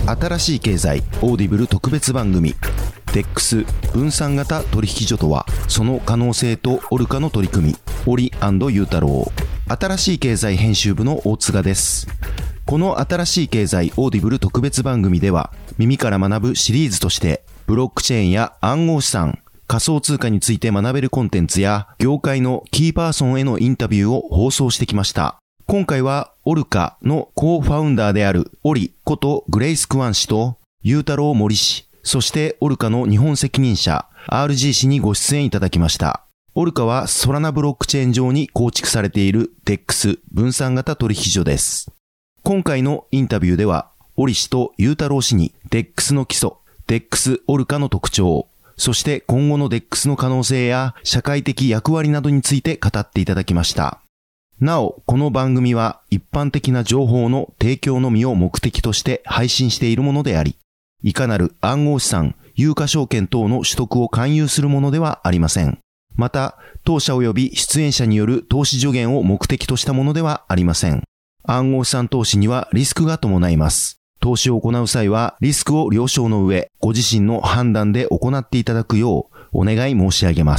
新しい経済オーディブル特別番組 DEX 分散型取引所とは、その可能性とオルカの取り組み。オリ&ユータロー、新しい経済編集部の大塚です。この新しい経済オーディブル特別番組では、耳から学ぶシリーズとしてブロックチェーンや暗号資産、仮想通貨について学べるコンテンツや業界のキーパーソンへのインタビューを放送してきました。今回はオルカのコーファウンダーであるオリことグレイス・クワン氏とユータロー・モリ氏、そしてオルカの日本責任者 RG 氏にご出演いただきました。オルカはソラナブロックチェーン上に構築されている DEX 分散型取引所です。今回のインタビューではオリ氏とユータロー氏に DEX の基礎、DEX オルカの特徴、そして今後の DEX の可能性や社会的役割などについて語っていただきました。なお、この番組は一般的な情報の提供のみを目的として配信しているものであり、いかなる暗号資産、有価証券等の取得を勧誘するものではありません。また、当社及び出演者による投資助言を目的としたものではありません。暗号資産投資にはリスクが伴います。投資を行う際はリスクを了承の上、ご自身の判断で行っていただくようお願い申し上げます。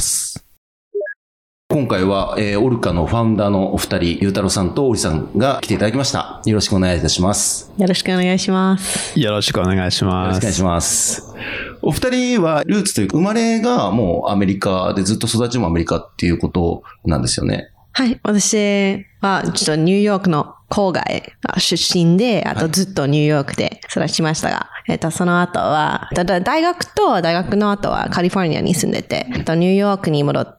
今回は、オルカのファウンダーのお二人、ゆうたろうさんとオリさんが来ていただきました。よろしくお願いいたします。 よろしくお願いします。 よろしくお願いします。 よろしくお願いします。お二人はルーツというか、生まれがもうアメリカでずっと育ちもアメリカっていうことなんですよね。 はい。私はちょっとニューヨークの郊外出身で、あとずっとニューヨークで育ちましたが、その後は、大学と大学の後はカリフォルニアに住んでて、ニューヨークに戻って、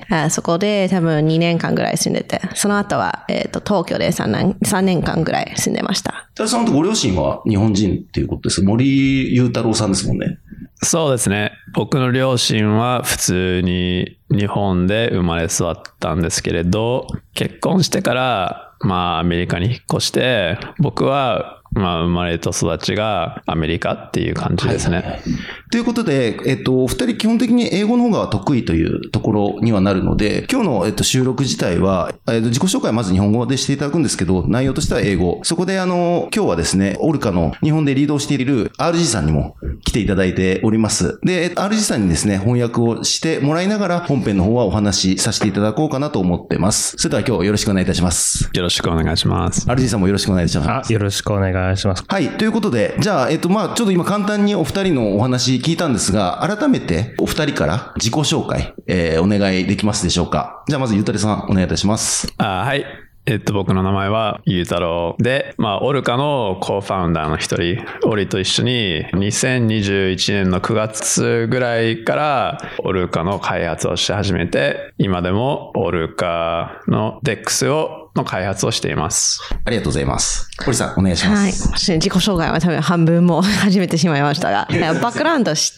そこで多分2年間ぐらい住んでて、その後は、東京で3年間ぐらい住んでました。 たださんとご両親は日本人っていうことです。森裕太郎さんですもんね。 そうですね。僕の両親は普通に日本で生まれ育ったんですけれど、結婚してからアメリカに引っ越して、僕は生まれと育ちがアメリカっていう感じですね。はいはいはい、 ということで、お二人基本的に英語の方が得意というところにはなるので、今日の、収録自体は、自己紹介はまず日本語でしていただくんですけど、内容としては英語。そこで今日はですね、オルカの日本でリードをしている RG さんにも来ていただいております。で、RG さんにですね、翻訳をしてもらいながら本編の方はお話しさせていただこうかなと思ってます。それでは今日よろしくお願いいたします。 よろしくお願いします。 RG さんもよろしくお願いします。 よろしくお願いします。 はい。ということで、じゃあ、ちょっと今簡単にお二人のお話聞いたんですが、改めてお二人から自己紹介、お願いできますでしょうか。じゃあまずゆうたろうさんお願いいたします。 はい。僕の名前はゆうたろうで、オルカのコーファウンダーの一人、オリと一緒に2021年の9月ぐらいからオルカの開発をし始めて、今でもオルカの DEX の開発をしています。 ありがとうございます。堀さんお願いします。 はい。自己紹介は多分半分も始めてしまいましたが、バックグラウンドして、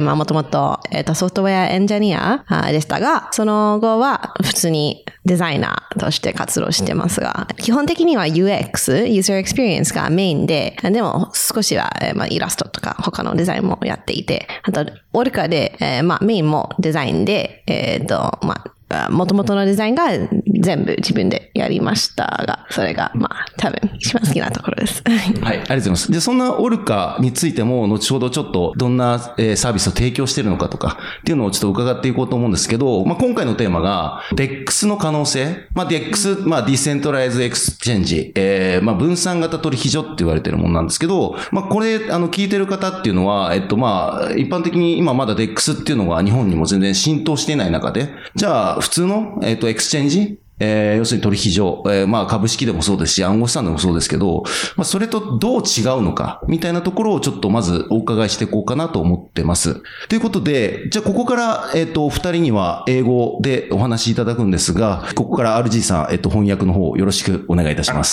もともと、ソフトウェアエンジニアでしたが、その後は普通にデザイナーとして活動してますが、基本的には UX、User Experience がメインで、でも少しは、イラストとか他のデザインもやっていて、あと、オルカで、メインもデザインで、元々のデザインが全部自分でやりましたが、それが多分一番好きなところです。 はい、ありがとうございます。で、そんなオルカについても後ほどちょっとどんなサービスを提供しているのかとかっていうのをちょっと伺っていこうと思うんですけど、今回のテーマが DEX の可能性、DEX、ディセントライズエクスチェンジ、分散型取引所って言われてるものなんですけど、これ聞いてる方っていうのは一般的に今まだ DEX っていうのが日本にも全然浸透していない中で、じゃあ普通のエクスチェンジ、要するに取引所、株式でもそうですし、暗号資産でもそうですけど、それとどう違うのか、みたいなところをちょっとまずお伺いしていこうかなと思ってます。ということで、じゃあここから、お二人には英語でお話しいただくんですが、ここから RG さん、翻訳の方よろしくお願いいたします。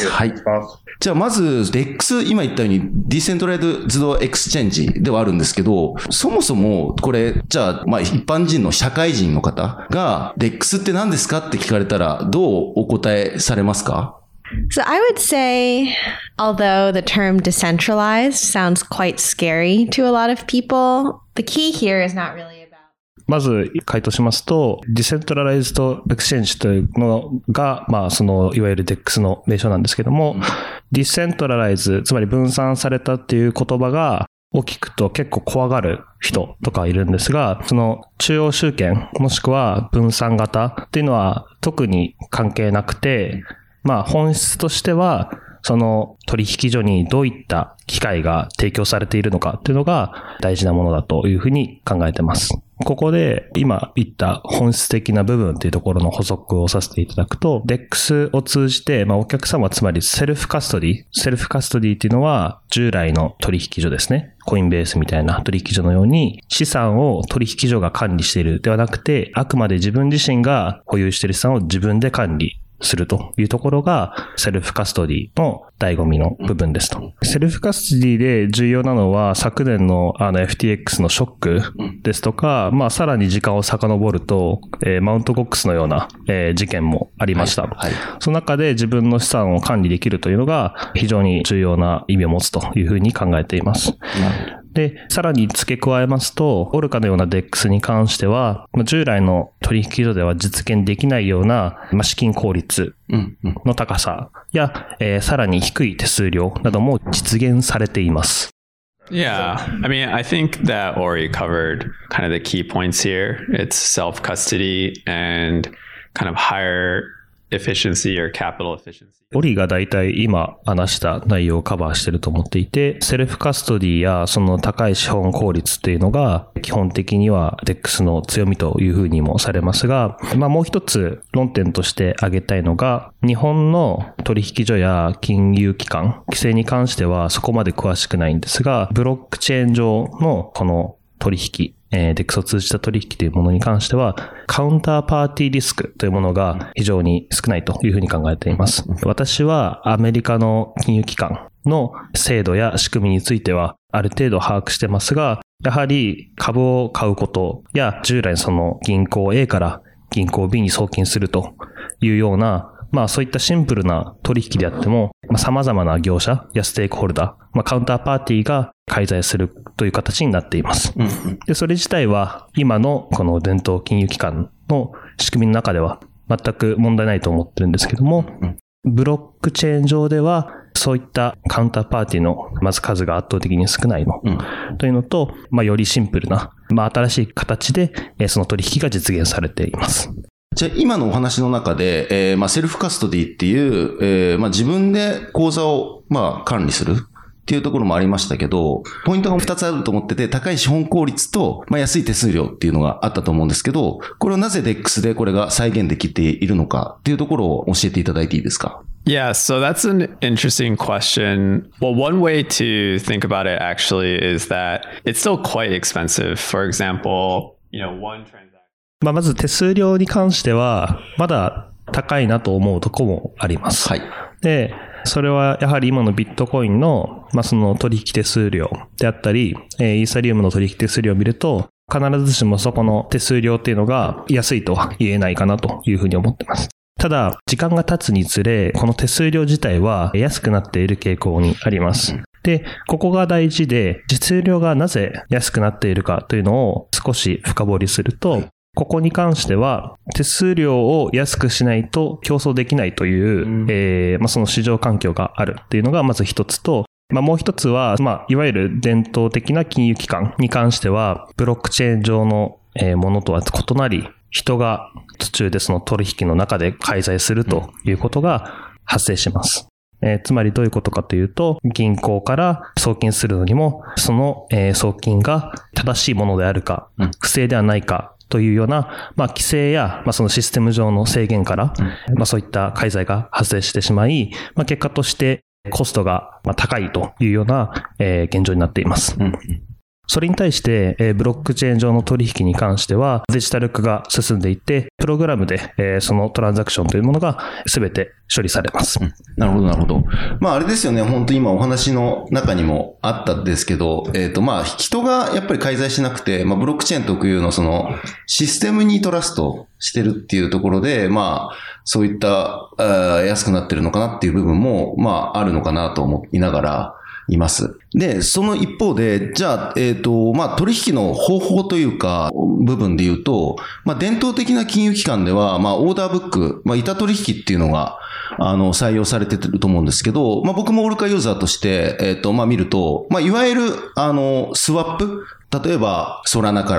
はい。じゃあまず、DEX、今言ったように、ディセントライズドエクスチェンジではあるんですけど、そもそも、これ、じゃあ、一般人の社会人の方が、DEX って何ですかって聞かれたら、どうお答えされますか？ So I would say, although the term decentralized sounds quite scary to a lot of people, the key here is not really まず回答しますと、ディセントラライズドエクスチェンジというのが、そのいわゆる DEX の名称なんですけども、ディセントラライズ、つまり分散されたっていう言葉がを聞くと結構怖がる人とかいるんですが、その中央集権もしくは分散型っていうのは特に関係なくて、本質としてはその取引所にどういった機会が提供されているのかっていうのが大事なものだというふうに考えてます。ここで今言った本質的な部分っていうところの補足をさせていただくと、DEX を通じて、お客様つまりセルフカストディっていうのは従来の取引所ですね。コインベースみたいな取引所のように資産を取引所が管理しているではなくて、あくまで自分自身が保有している資産を自分で管理するというところがセルフカストディの醍醐味の部分ですと。セルフカストディで重要なのは昨年のFTX のショックですとか、さらに時間を遡ると、マウントゴックスのような、事件もありました。その中で自分の資産を管理できるというのが非常に重要な意味を持つというふうに考えています。で、さらに付け加えますと、オルカのような DEX に関しては、従来の取引所では実現できないような資金効率の高さや、さらに低い手数料なども実現されています。 Yeah, I think that Ori covered kind of the key points here. It's self-custody and kind of higher efficiency or capital efficiency. オリが大体今話した内容をカバーしていると思っていて、セルフカストディやその高い資本効率っていうのが基本的には DEX の強みというふうにもされますが、もう一つ論点として挙げたいのが、日本の取引所や金融機関、規制に関してはそこまで詳しくないんですが、ブロックチェーン上のこの取引、DEX を通じた取引というものに関しては、カウンターパーティーリスクというものが非常に少ないというふうに考えています。私はアメリカの金融機関の制度や仕組みについてはある程度把握してますが、やはり株を買うことや従来その銀行 A から銀行 B に送金するというようなそういったシンプルな取引であっても、様々な業者やステークホルダー、カウンターパーティーが介在するという形になっています。で、それ自体は今のこの伝統金融機関の仕組みの中では全く問題ないと思ってるんですけども、ブロックチェーン上ではそういったカウンターパーティーのまず数が圧倒的に少ないの、というのと、よりシンプルな、新しい形でその取引が実現されています。 じゃあ今のお話の中で、セルフカストディっていう、自分で口座を管理するっていうところもありましたけど、ポイントが2つあると思ってて、高い資本効率と、安い手数料っていうのがあったと思うんですけど、これはなぜ DEX でこれが再現できているのかっていうところを教えていただいていいですか ？Yeah, so that's an interesting question. Well, one way to think about it actually is that it's still quite expensive. For example, one transaction. まず手数料に関してはまだ高いなと思うところもあります。で、それはやはり今のビットコインの、その取引手数料であったり、イーサリウムの取引手数料を見ると、必ずしもそこの手数料っていうのが安いとは言えないかなというふうに思ってます。ただ、時間が経つにつれ、この手数料自体は安くなっている傾向にあります。で、ここが大事で、手数料がなぜ安くなっているかというのを少し深掘りすると、ここに関しては手数料を安くしないと競争できないという、その市場環境があるっていうのがまず一つと、もう一つは、いわゆる伝統的な金融機関に関してはブロックチェーン上のものとは異なり、人が途中でその取引の中で介在するということが発生します。つまりどういうことかというと、銀行から送金するのにもその送金が正しいものであるか、不正ではないかというような、規制や、そのシステム上の制限から、そういった介在が発生してしまい、結果としてコストが高いというような、現状になっています。それに対して、ブロックチェーン上の取引に関してはデジタル化が進んでいて、プログラムで、そのトランザクションというものが全て処理されます。 なるほど、なるほど。あれですよね、本当今お話の中にもあったんですけど、人がやっぱり介在しなくて、ブロックチェーン特有のそのシステムにトラストしてるっていうところで、そういった安くなってるのかなっていう部分も、あるのかなと思いながら、 います。で、その一方で、じゃあ、取引の方法というか、部分で言うと、伝統的な金融機関では、オーダーブック、板取引っていうのが、採用されてると思うんですけど、僕もオルカユーザーとして、見ると、いわゆる、スワップ、例えば、ソラナから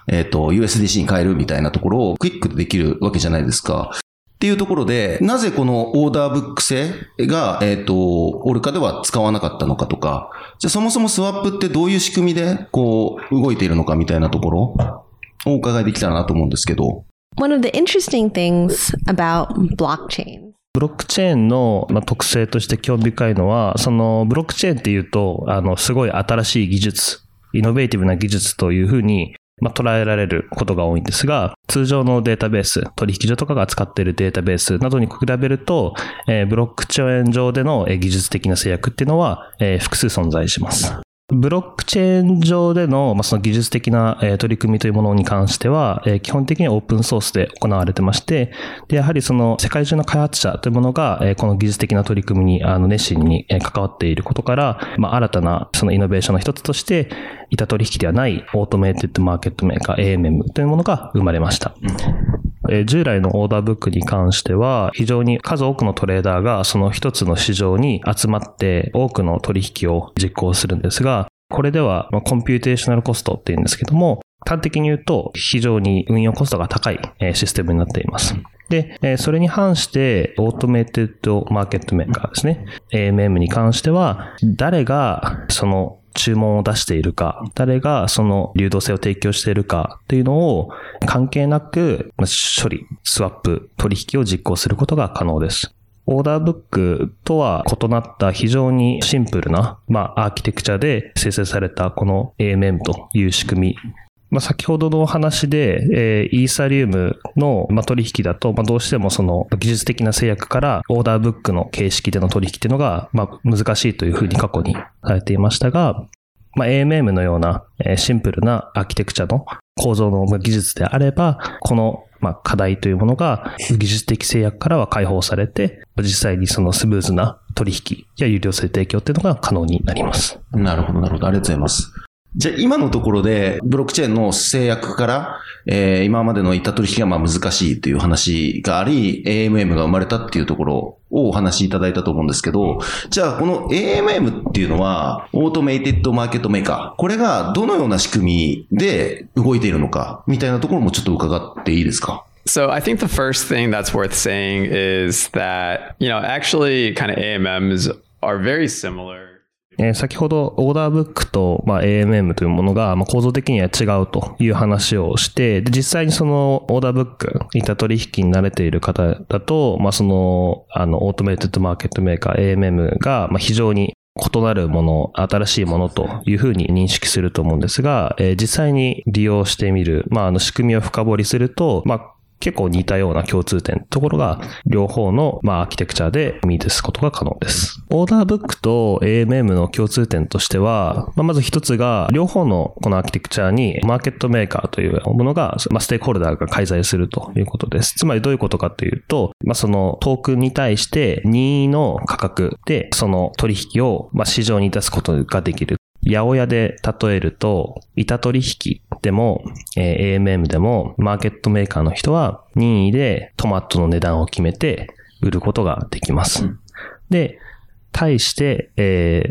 、USDC に変えるみたいなところをクイックでできるわけじゃないですか。っていうところで、なぜこのオーダーブック制が、オルカでは使わなかったのかとか、じゃあそもそもスワップってどういう仕組みで、動いているのかみたいなところをお伺いできたらなと思うんですけど。 One of the interesting things about blockchain ブロックチェーンの特性として興味深いのは、そのブロックチェーンっていうと、すごい新しい技術、イノベーティブな技術というふうに捉えられることが多いんですが、通常のデータベース、取引所とかが使っているデータベースなどに比べると、ブロックチェーン上での技術的な制約っていうのは複数存在します。ブロックチェーン上でのその技術的な取り組みというものに関しては、基本的にオープンソースで行われてまして、で、やはりその世界中の開発者というものがこの技術的な取り組みに熱心に関わっていることから、新たなそのイノベーションの一つとして、板取引ではないオートメイテッドマーケットメーカー AMM というものが生まれました。従来のオーダーブックに関しては、非常に数多くのトレーダーがその一つの市場に集まって多くの取引を実行するんですが、これではコンピューテーショナルコストっていうんですけども、端的に言うと非常に運用コストが高いシステムになっています。で、それに反してオートメイテッドマーケットメーカーですね。AMM に関しては、誰がその注文を出しているか、誰がその流動性を提供しているかっていうのを関係なく処理、スワップ、取引を実行することが可能です。オーダーブックとは異なった非常にシンプルな、アーキテクチャで生成されたこの AMM という仕組み。先ほどのお話で、イーサリウムの取引だと、どうしてもその技術的な制約からオーダーブックの形式での取引っていうのが、難しいというふうに過去にされていましたが、AMM のようなシンプルなアーキテクチャの構造の技術であれば、この課題というものが技術的制約からは解放されて、実際にそのスムーズな取引や有料性提供というのが可能になります。 なるほど、なるほど。ありがとうございます。じゃあ今のところでブロックチェーンの制約から、今までの板取引が難しいという話があり、AMM が生まれたっていうところをお話しいただいたと思うんですけど、じゃあこの AMM っていうのはオートメイテッドマーケットメーカー、これがどのような仕組みで動いているのかみたいなところもちょっと伺っていいですか ？So I think the first thing that's worth saying is that, actually kind of AMMs are very similar. 先ほどオーダーブックとAMM というものが構造的には違うという話をして、で実際にそのオーダーブック、板取引に慣れている方だと、そのオートメイテッドマーケットメーカー AMM が非常に異なるもの、新しいものというふうに認識すると思うんですが、実際に利用してみる、仕組みを深掘りすると、結構似たような共通点ところが両方のアーキテクチャで見出すことが可能です。オーダーブックと AMM の共通点としては、まず一つが両方のこのアーキテクチャにマーケットメーカーというものが、ステークホルダーが介在するということです。つまりどういうことかというと、そのトークンに対して任意の価格でその取引を市場に出すことができる。八百屋で例えると、板取引でも、AMM でも、マーケットメーカーの人は任意でトマトの値段を決めて売ることができます。で、対して、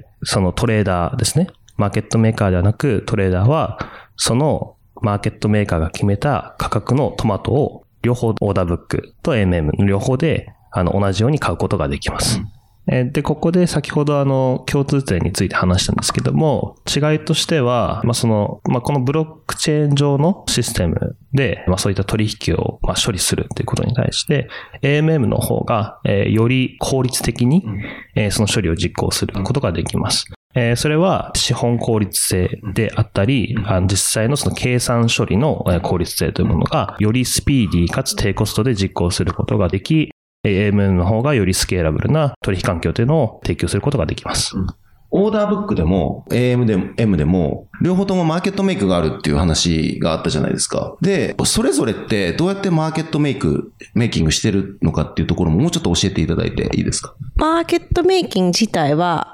そのトレーダーですね。マーケットメーカーではなくトレーダーは、そのマーケットメーカーが決めた価格のトマトを両方オーダーブックと AMM の両方で同じように買うことができます。で、ここで先ほど共通点について話したんですけども、違いとしては、このブロックチェーン上のシステムで、そういった取引を処理するということに対して、AMM の方が、より効率的に、その処理を実行することができます。それは資本効率性であったり、実際のその計算処理の効率性というものが、よりスピーディーかつ低コストで実行することができ、AMM の方がよりスケーラブルな取引環境というのを提供することができます。 オーダーブックでも AMM でも両方ともマーケットメイクがあるっていう話があったじゃないですか。で、それぞれってどうやってマーケットメイキングしてるのかっていうところももうちょっと教えていただいていいですか？ マーケットメイキング自体は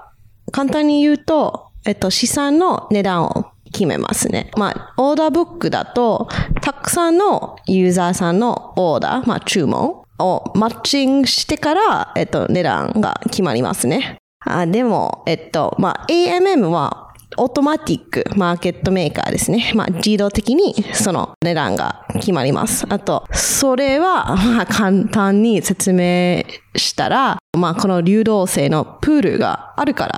簡単に言うと、資産の値段を決めますね。オーダーブックだと、たくさんのユーザーさんのオーダー、注文をマッチングしてから、値段が決まりますね。でも、AMM は、オートマティックマーケットメーカーですね。自動的にその値段が決まります。あと、それは、簡単に説明したら、この流動性のプールがあるから、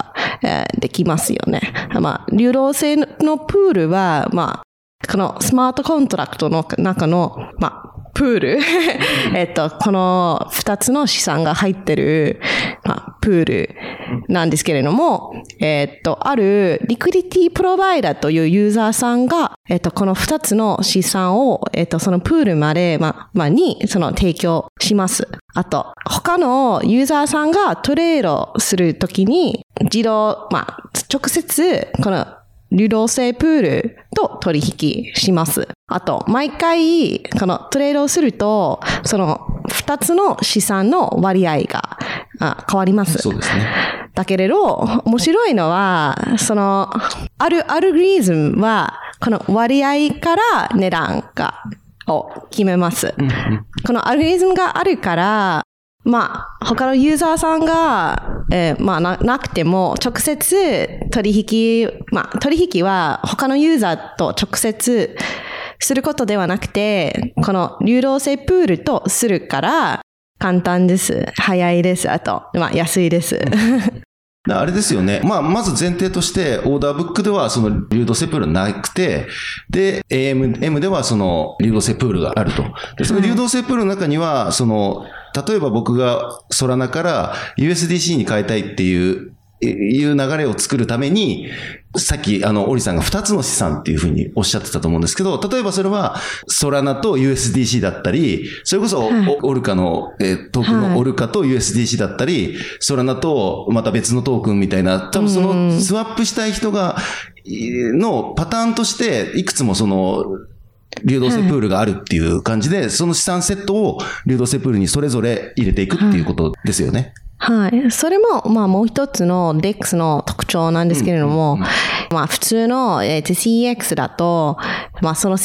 できますよね。流動性のプールは、このスマートコントラクトの中の、プール、この2つの資産が入ってる、プールなんですけれども、あるリクリティプロバイダーというユーザーさんが、この2つの資産を、そのプールまで、に、その提供します。あと、他のユーザーさんがトレードするときに、直接、この流動性プールと取引します。あと、毎回、このトレードをすると、その2つの資産の割合が変わります。 そうですね。 だけれど、面白いのは、その、アルゴリズムは、この割合から値段を決めます。このアルゴリズムがあるから、他のユーザーさんが、なくても、直接取引は他のユーザーと直接することではなくて、この流動性プールとするから、簡単です。早いです。あと、安いです。 あれですよね。まず前提として、オーダーブックではその流動性プールなくて、で、AMM ではその流動性プールがあると。で、その流動性プールの中には、例えば僕がソラナから USDC に変えたいっていう流れを作るために、さっき、オリさんが2つの資産っていうふうにおっしゃってたと思うんですけど、例えばそれは、ソラナと USDC だったり、それこそ、オルカの、トークンのオルカと USDC だったり、ソラナとまた別のトークンみたいな、多分その、スワップしたい人のパターンとして、いくつもその、流動性プールがあるっていう感じで、その資産セットを流動性プールにそれぞれ入れていくっていうことですよね。 はい。それも、もう一つの DEX の特徴なんですけれども、普通の、CX だと、その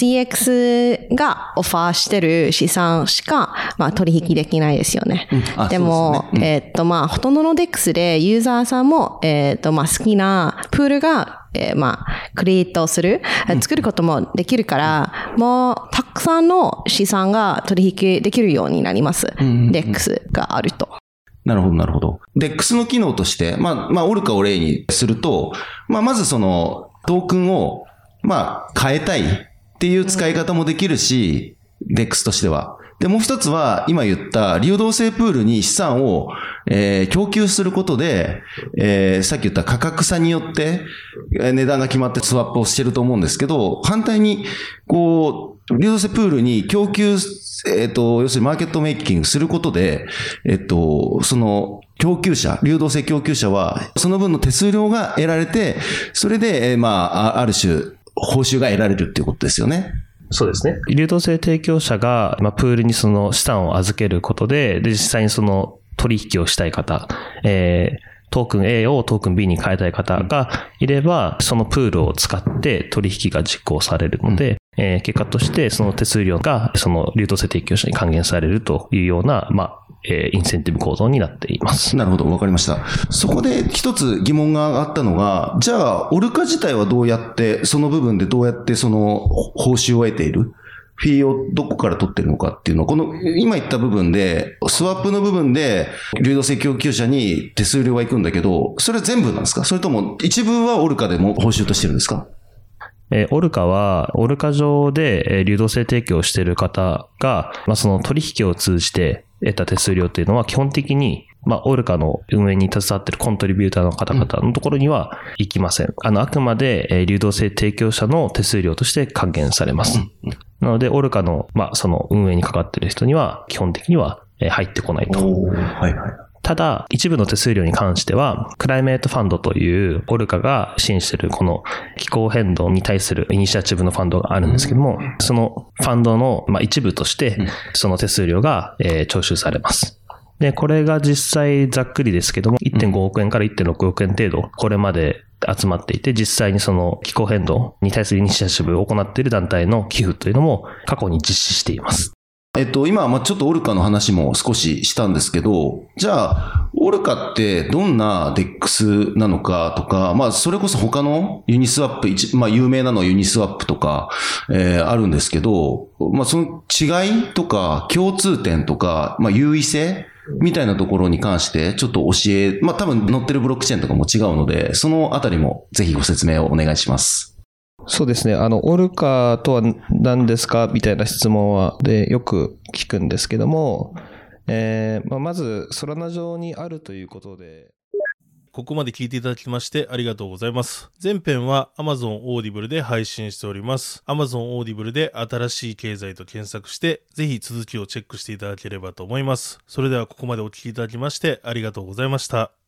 CX がオファーしてる資産しか、取引できないですよね。でも、ほとんどの DEX でユーザーさんも、好きなプールが、クリエイトする、作ることもできるから、もう、たくさんの資産が取引できるようになります。DEX があると。 なるほど、なるほど。DEX の機能として、オルカを例にすると、まずその、トークンを、変えたいっていう使い方もできるし、DEX としては。で、もう一つは、今言った流動性プールに資産を、供給することで、さっき言った価格差によって、値段が決まってスワップをしてると思うんですけど、反対に、流動性プールに供給、要するにマーケットメイキングすることで、その、供給者、流動性供給者は、その分の手数料が得られて、それで、ある種、報酬が得られるっていうことですよね。 そうですね。流動性提供者が、プールにその資産を預けることで、実際にその取引をしたい方、トークン A をトークン B に変えたい方がいれば、そのプールを使って取引が実行されるので、結果としてその手数料がその流動性提供者に還元されるというような、インセンティブ構造になっています。 なるほど、わかりました。そこで一つ疑問があったのが、じゃあ、オルカ自体はどうやって、その部分でどうやってその報酬を得ている？フィーをどこから取ってるのかっていうのを、この今言った部分で、スワップの部分で流動性供給者に手数料は行くんだけど、それは全部なんですか？それとも一部はオルカでも報酬としてるんですか？ オルカは、オルカ上で流動性提供している方が、その取引を通じて得た手数料というのは基本的に、オルカの運営に携わっているコントリビューターの方々のところには行きません。あくまで流動性提供者の手数料として還元されます。なので、オルカの、その運営にかかっている人には基本的には入ってこないと。ただ、一部の手数料に関しては、クライメートファンドというオルカが支援しているこの気候変動に対するイニシアチブのファンドがあるんですけども、そのファンドの一部として、その手数料が徴収されます。 で、これが実際ざっくりですけども、1.5 億円から 1.6 億円程度、これまで集まっていて、実際にその気候変動に対するイニシアチブを行っている団体の寄付というのも過去に実施しています。 今、ちょっとオルカの話も少ししたんですけど、じゃあ、オルカってどんな DEX なのかとか、それこそ他のユニスワップ、有名なのユニスワップとか、あるんですけど、その違いとか共通点とか、優位性みたいなところに関してちょっと多分載ってるブロックチェーンとかも違うので、そのあたりもぜひご説明をお願いします。 そうですね。オルカとは何ですかみたいな質問は、で、よく聞くんですけども、まず、ソラナ上にあるということで。 ここまで聞いていただきましてありがとうございます。前編は Amazon Audible で配信しております。Amazon Audible で新しい経済と検索して、ぜひ続きをチェックしていただければと思います。それではここまでお聞きいただきましてありがとうございました。